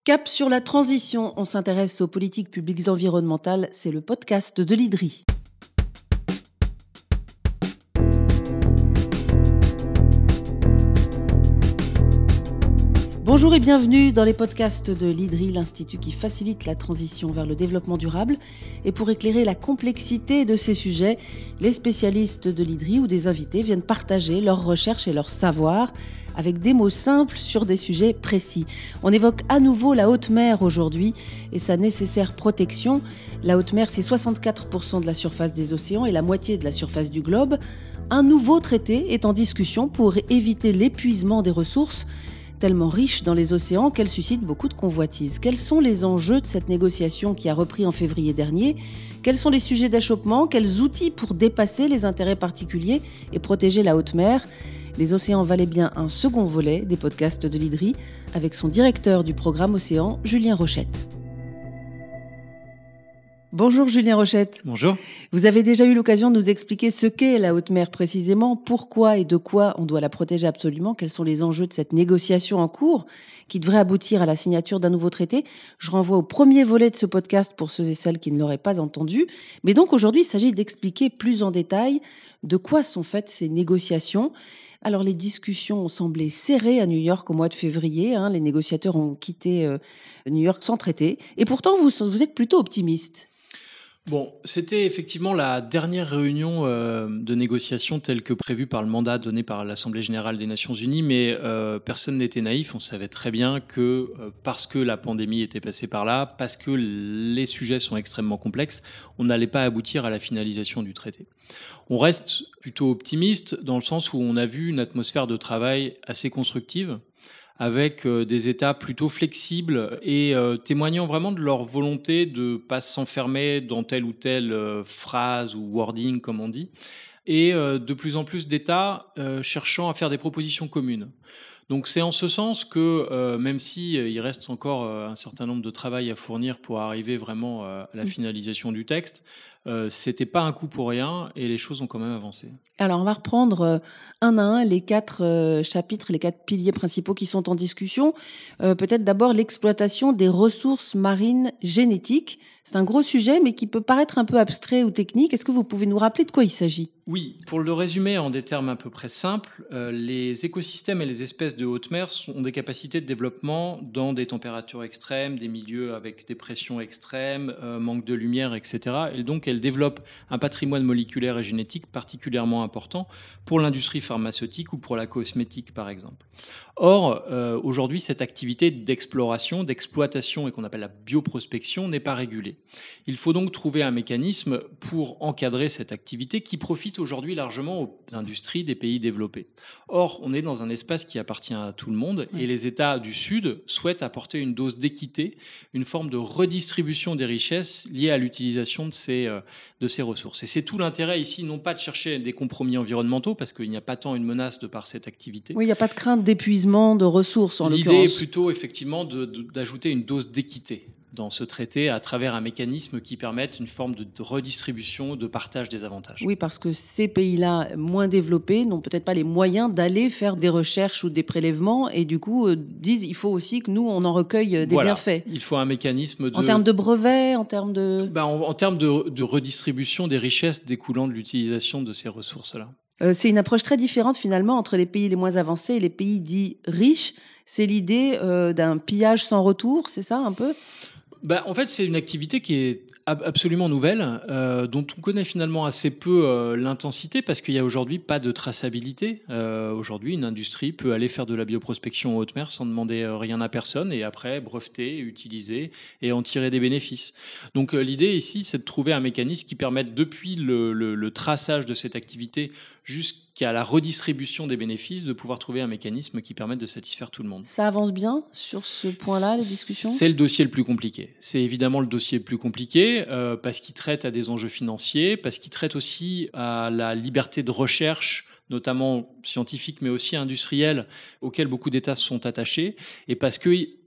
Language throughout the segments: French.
Cap sur la transition, on s'intéresse aux politiques publiques environnementales, c'est le podcast de l'IDRI. Bonjour et bienvenue dans les podcasts de l'IDRI, l'institut qui facilite la transition vers le développement durable. Et pour éclairer la complexité de ces sujets, les spécialistes de l'IDRI ou des invités viennent partager leurs recherches et leurs savoirs avec des mots simples sur des sujets précis. On évoque à nouveau la haute mer aujourd'hui et sa nécessaire protection. La haute mer, c'est 64% de la surface des océans et la moitié de la surface du globe. Un nouveau traité est en discussion pour éviter l'épuisement des ressources tellement riches dans les océans qu'elles suscitent beaucoup de convoitises. Quels sont les enjeux de cette négociation qui a repris en février dernier ? Quels sont les sujets d'achoppement ? Quels outils pour dépasser les intérêts particuliers et protéger la haute mer ? Les océans valaient bien un second volet des podcasts de l'IDRI avec son directeur du programme Océan, Julien Rochette. Bonjour Julien Rochette. Bonjour. Vous avez déjà eu l'occasion de nous expliquer ce qu'est la haute mer précisément, pourquoi et de quoi on doit la protéger absolument, quels sont les enjeux de cette négociation en cours qui devrait aboutir à la signature d'un nouveau traité. Je renvoie au premier volet de ce podcast pour ceux et celles qui ne l'auraient pas entendu. Mais donc aujourd'hui, il s'agit d'expliquer plus en détail de quoi sont faites ces négociations. Alors les discussions ont semblé serrées à New York au mois de février. Les négociateurs ont quitté New York sans traité. Et pourtant, vous êtes plutôt optimiste. Bon, c'était effectivement la dernière réunion de négociation telle que prévue par le mandat donné par l'Assemblée générale des Nations unies, mais personne n'était naïf. On savait très bien que parce que la pandémie était passée par là, parce que les sujets sont extrêmement complexes, on n'allait pas aboutir à la finalisation du traité. On reste plutôt optimiste dans le sens où on a vu une atmosphère de travail assez constructive, avec des États plutôt flexibles et témoignant vraiment de leur volonté de ne pas s'enfermer dans telle ou telle phrase ou wording, comme on dit, et de plus en plus d'États cherchant à faire des propositions communes. Donc c'est en ce sens que, même il reste encore un certain nombre de travail à fournir pour arriver vraiment à la finalisation du texte, c'était pas un coup pour rien et les choses ont quand même avancé. Alors, on va reprendre un à un les 4 chapitres, les 4 piliers principaux qui sont en discussion. Peut-être d'abord l'exploitation des ressources marines génétiques. C'est un gros sujet, mais qui peut paraître un peu abstrait ou technique. Est-ce que vous pouvez nous rappeler de quoi il s'agit ? Oui, pour le résumer en des termes à peu près simples, les écosystèmes et les espèces de haute mer ont des capacités de développement dans des températures extrêmes, des milieux avec des pressions extrêmes, manque de lumière, etc. Et donc, elles développent un patrimoine moléculaire et génétique particulièrement important pour l'industrie pharmaceutique ou pour la cosmétique, par exemple. Or, aujourd'hui, cette activité d'exploration, d'exploitation et qu'on appelle la bioprospection n'est pas régulée. Il faut donc trouver un mécanisme pour encadrer cette activité qui profite aujourd'hui largement aux industries des pays développés. Or, on est dans un espace qui appartient à tout le monde et les États du Sud souhaitent apporter une dose d'équité, une forme de redistribution des richesses liées à l'utilisation de ces ressources. Et c'est tout l'intérêt ici, non pas de chercher des compromis environnementaux, parce qu'il n'y a pas tant une menace de par cette activité. Oui, il n'y a pas de crainte d'épuisement de ressources en l'occurrence. L'idée est plutôt effectivement d'ajouter une dose d'équité dans ce traité à travers un mécanisme qui permette une forme de redistribution, de partage des avantages. Oui, parce que ces pays-là moins développés n'ont peut-être pas les moyens d'aller faire des recherches ou des prélèvements et du coup disent il faut aussi que nous, on en recueille des bienfaits. Il faut un mécanisme en termes de brevets, en termes de... en termes de redistribution des richesses découlant de l'utilisation de ces ressources-là. C'est une approche très différente finalement entre les pays les moins avancés et les pays dits riches. C'est l'idée d'un pillage sans retour, c'est ça un peu ? En fait, c'est une activité qui est absolument nouvelle, dont on connaît finalement assez peu l'intensité parce qu'il n'y a aujourd'hui pas de traçabilité. Aujourd'hui, une industrie peut aller faire de la bioprospection en haute mer sans demander rien à personne et après breveter, utiliser et en tirer des bénéfices. Donc l'idée ici, c'est de trouver un mécanisme qui permette depuis le traçage de cette activité jusqu'à la redistribution des bénéfices, de pouvoir trouver un mécanisme qui permette de satisfaire tout le monde. Ça avance bien sur ce point-là, les discussions ? C'est le dossier le plus compliqué. C'est évidemment le dossier le plus compliqué parce qu'il traite à des enjeux financiers, parce qu'il traite aussi à la liberté de recherche, notamment scientifique, mais aussi industrielle, auquel beaucoup d'États sont attachés, et parce que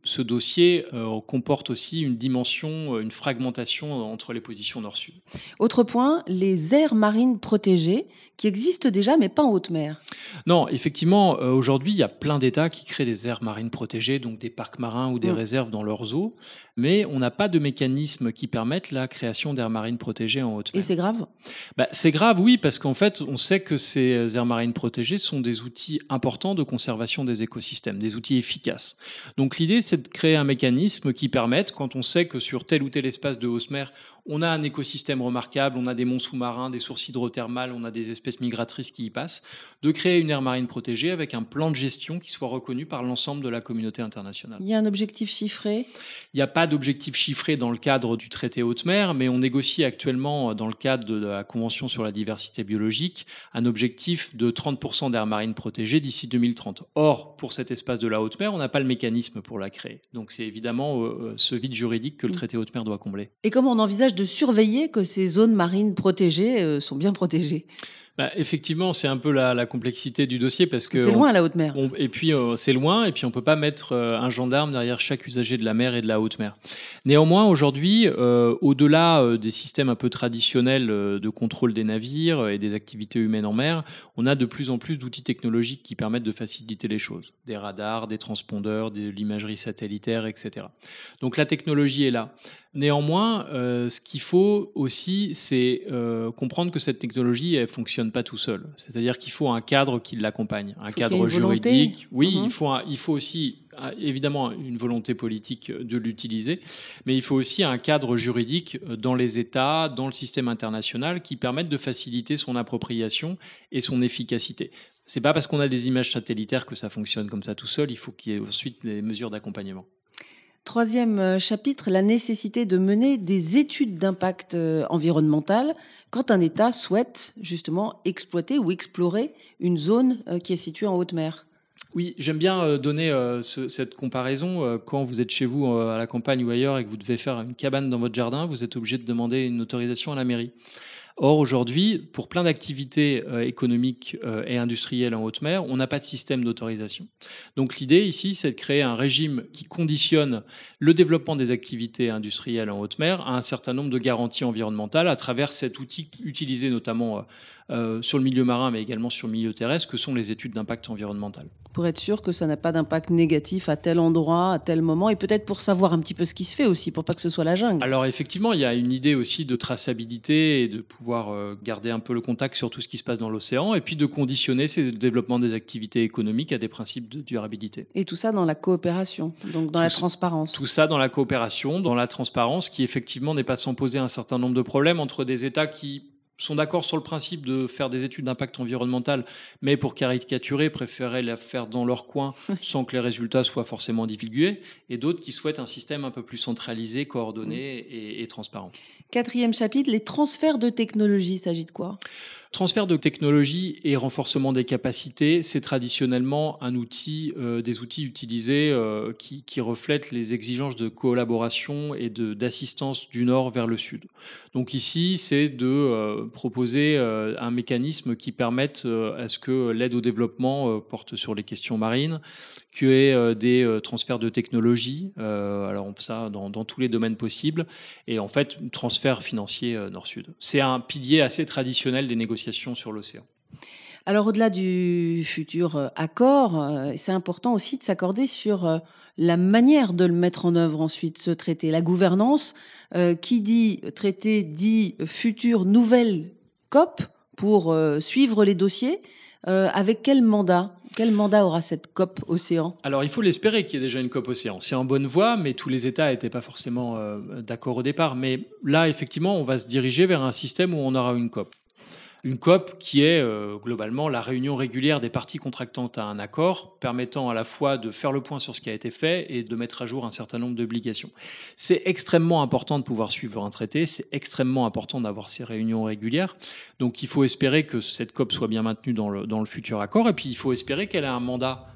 ce dossier comporte aussi une dimension, une fragmentation entre les positions nord-sud. Autre point, les aires marines protégées qui existent déjà mais pas en haute mer. Non, effectivement, aujourd'hui, il y a plein d'États qui créent des aires marines protégées, donc des parcs marins ou des réserves dans leurs eaux, mais on n'a pas de mécanisme qui permette la création d'aires marines protégées en haute Et mer. c'est grave. C'est grave, oui, parce qu'en fait, on sait que ces aires marines protégées sont des outils importants de conservation des écosystèmes, des outils efficaces. Donc l'idée, c'est de créer un mécanisme qui permette, quand on sait que sur tel ou tel espace de haute mer, on a un écosystème remarquable, on a des monts sous-marins, des sources hydrothermales, on a des espèces migratrices qui y passent, de créer une aire marine protégée avec un plan de gestion qui soit reconnu par l'ensemble de la communauté internationale. Il y a un objectif chiffré. Il n'y a pas d'objectif chiffré dans le cadre du traité haute mer, mais on négocie actuellement, dans le cadre de la Convention sur la diversité biologique, un objectif de 30% d'aires marines protégées d'ici 2030. Or, pour cet espace de la haute mer, on n'a pas le mécanisme pour la créer. Donc c'est évidemment ce vide juridique que le traité haute mer doit combler. Et comment on envisage de surveiller que ces zones marines protégées sont bien protégées? Effectivement, c'est un peu la complexité du dossier parce que C'est loin la haute mer. et puis c'est loin et puis on peut pas mettre un gendarme derrière chaque usager de la mer et de la haute mer. Néanmoins, aujourd'hui, au-delà des systèmes un peu traditionnels de contrôle des navires et des activités humaines en mer, on a de plus en plus d'outils technologiques qui permettent de faciliter les choses. Des radars, des transpondeurs, de l'imagerie satellitaire, etc. Donc la technologie est là. Néanmoins, ce qu'il faut aussi, c'est comprendre que cette technologie, elle fonctionne pas tout seul. C'est-à-dire qu'il faut un cadre qui l'accompagne, un cadre juridique. Oui, il faut aussi évidemment une volonté politique de l'utiliser, mais il faut aussi un cadre juridique dans les États, dans le système international, qui permette de faciliter son appropriation et son efficacité. C'est pas parce qu'on a des images satellitaires que ça fonctionne comme ça tout seul. Il faut qu'il y ait ensuite des mesures d'accompagnement. Troisième chapitre, la nécessité de mener des études d'impact environnemental quand un État souhaite justement exploiter ou explorer une zone qui est située en haute mer. Oui, j'aime bien donner cette comparaison. Quand vous êtes chez vous à la campagne ou ailleurs et que vous devez faire une cabane dans votre jardin, vous êtes obligé de demander une autorisation à la mairie. Or, aujourd'hui, pour plein d'activités économiques et industrielles en haute mer, on n'a pas de système d'autorisation. Donc l'idée ici, c'est de créer un régime qui conditionne le développement des activités industrielles en haute mer à un certain nombre de garanties environnementales à travers cet outil utilisé notamment sur le milieu marin, mais également sur le milieu terrestre, que sont les études d'impact environnemental. Pour être sûr que ça n'a pas d'impact négatif à tel endroit, à tel moment, et peut-être pour savoir un petit peu ce qui se fait aussi, pour pas que ce soit la jungle. Alors effectivement, il y a une idée aussi de traçabilité et de pouvoir garder un peu le contact sur tout ce qui se passe dans l'océan, et puis de conditionner ce développement des activités économiques à des principes de durabilité. Et tout ça dans la coopération, donc dans la transparence. Tout ça dans la coopération, dans la transparence, qui effectivement n'est pas sans poser un certain nombre de problèmes entre des États qui sont d'accord sur le principe de faire des études d'impact environnemental, mais pour caricaturer, préféraient la faire dans leur coin sans que les résultats soient forcément divulgués, et d'autres qui souhaitent un système un peu plus centralisé, coordonné et transparent. Quatrième chapitre, les transferts de technologie, il s'agit de quoi ? Transfert de technologie et renforcement des capacités, c'est traditionnellement un outil, des outils utilisés qui reflètent les exigences de collaboration et d'assistance du Nord vers le Sud. Donc ici, c'est de proposer un mécanisme qui permette à ce que l'aide au développement porte sur les questions marines, qu'il y ait des transferts de technologie, alors ça dans tous les domaines possibles, et en fait, transfert financier Nord-Sud. C'est un pilier assez traditionnel des négociations sur l'océan. Alors au-delà du futur accord, c'est important aussi de s'accorder sur la manière de le mettre en œuvre ensuite, ce traité. La gouvernance, qui dit traité, dit future nouvelle COP pour suivre les dossiers. Avec quel mandat ? Quel mandat aura cette COP Océan ? Alors, il faut l'espérer qu'il y ait déjà une COP Océan. C'est en bonne voie, mais tous les États n'étaient pas forcément d'accord au départ. Mais là, effectivement, on va se diriger vers un système où on aura une COP. Une COP qui est globalement la réunion régulière des parties contractantes à un accord, permettant à la fois de faire le point sur ce qui a été fait et de mettre à jour un certain nombre d'obligations. C'est extrêmement important de pouvoir suivre un traité, c'est extrêmement important d'avoir ces réunions régulières. Donc il faut espérer que cette COP soit bien maintenue dans le futur accord, et puis il faut espérer qu'elle ait un mandat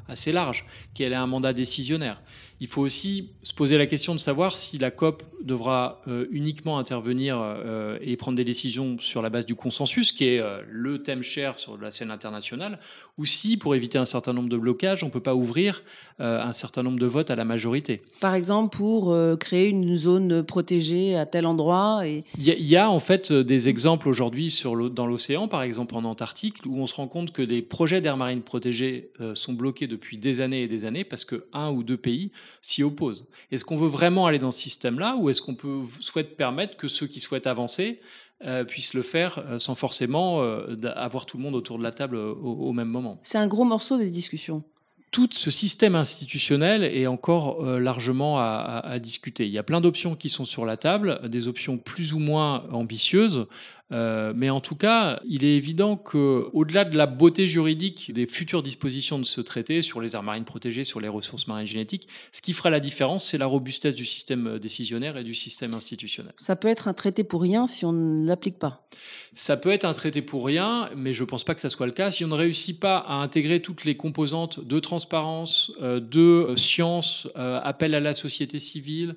assez large, quel est un mandat décisionnaire. Il faut aussi se poser la question de savoir si la COP devra uniquement intervenir et prendre des décisions sur la base du consensus, qui est le thème cher sur la scène internationale, ou si, pour éviter un certain nombre de blocages, on ne peut pas ouvrir un certain nombre de votes à la majorité. Par exemple, pour créer une zone protégée à tel endroit Il y a en fait des exemples aujourd'hui dans l'océan, par exemple en Antarctique, où on se rend compte que des projets d'aires marines protégées sont bloqués depuis des années et des années parce qu'un ou deux pays s'y opposent. Est-ce qu'on veut vraiment aller dans ce système-là, ou est-ce qu'on souhaite permettre que ceux qui souhaitent avancer puissent le faire sans forcément avoir tout le monde autour de la table au même moment? C'est un gros morceau des discussions. Tout ce système institutionnel est encore largement à discuter. Il y a plein d'options qui sont sur la table, des options plus ou moins ambitieuses. Mais en tout cas, il est évident qu'au-delà de la beauté juridique des futures dispositions de ce traité sur les aires marines protégées, sur les ressources marines génétiques, ce qui fera la différence, c'est la robustesse du système décisionnaire et du système institutionnel. Ça peut être un traité pour rien si on ne l'applique pas. Ça peut être un traité pour rien, mais je ne pense pas que ça soit le cas. Si on ne réussit pas à intégrer toutes les composantes de transparence, de science, appel à la société civile,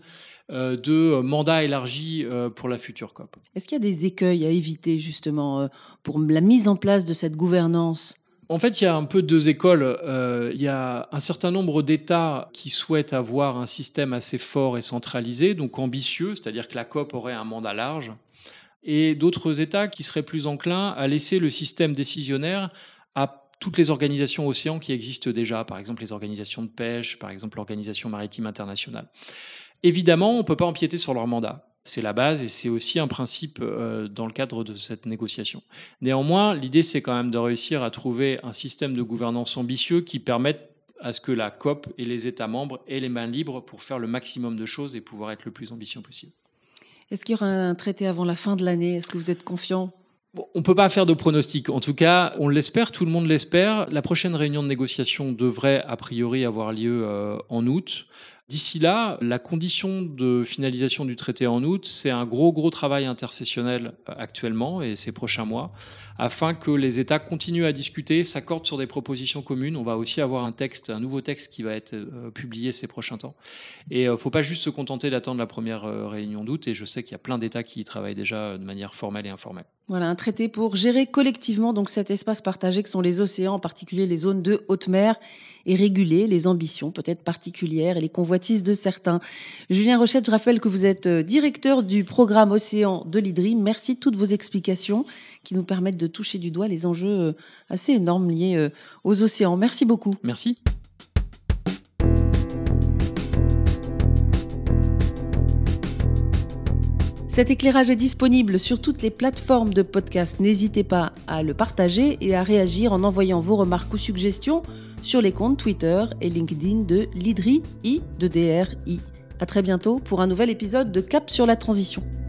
de mandat élargi pour la future COP. Est-ce qu'il y a des écueils à éviter justement pour la mise en place de cette gouvernance ? En fait, il y a un peu deux écoles. Il y a un certain nombre d'États qui souhaitent avoir un système assez fort et centralisé, donc ambitieux, c'est-à-dire que la COP aurait un mandat large, et d'autres États qui seraient plus enclins à laisser le système décisionnaire à toutes les organisations océans qui existent déjà, par exemple les organisations de pêche, par exemple l'Organisation maritime internationale. Évidemment, on ne peut pas empiéter sur leur mandat. C'est la base et c'est aussi un principe dans le cadre de cette négociation. Néanmoins, l'idée, c'est quand même de réussir à trouver un système de gouvernance ambitieux qui permette à ce que la COP et les États membres aient les mains libres pour faire le maximum de choses et pouvoir être le plus ambitieux possible. Est-ce qu'il y aura un traité avant la fin de l'année ? Est-ce que vous êtes confiant ? Bon, on ne peut pas faire de pronostic. En tout cas, on l'espère, tout le monde l'espère. La prochaine réunion de négociation devrait a priori avoir lieu en août. D'ici là, la condition de finalisation du traité en août, c'est un gros travail intersessionnel actuellement et ces prochains mois, afin que les États continuent à discuter, s'accordent sur des propositions communes. On va aussi avoir un nouveau texte qui va être publié ces prochains temps. Et il ne faut pas juste se contenter d'attendre la première réunion d'août. Et je sais qu'il y a plein d'États qui y travaillent déjà de manière formelle et informelle. Voilà, un traité pour gérer collectivement donc cet espace partagé que sont les océans, en particulier les zones de haute mer, et réguler les ambitions peut-être particulières et les convoitises de certains. Julien Rochette, je rappelle que vous êtes directeur du programme Océan de l'IDRI. Merci de toutes vos explications qui nous permettent de toucher du doigt les enjeux assez énormes liés aux océans. Merci beaucoup. Merci. Cet éclairage est disponible sur toutes les plateformes de podcast. N'hésitez pas à le partager et à réagir en envoyant vos remarques ou suggestions sur les comptes Twitter et LinkedIn de l'IDRI, I de DRI. À très bientôt pour un nouvel épisode de Cap sur la transition.